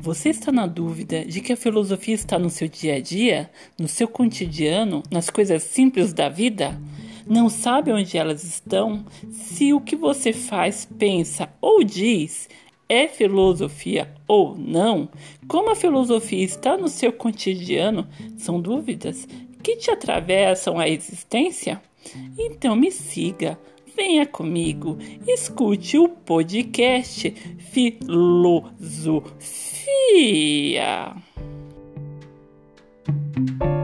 Você está na dúvida de que a filosofia está no seu dia a dia, no seu cotidiano, nas coisas simples da vida? Não sabe onde elas estão? Se o que você faz, pensa ou diz é filosofia ou não? Como a filosofia está no seu cotidiano? São dúvidas que te atravessam a existência? Então me siga. Venha comigo, escute o podcast Filosofia.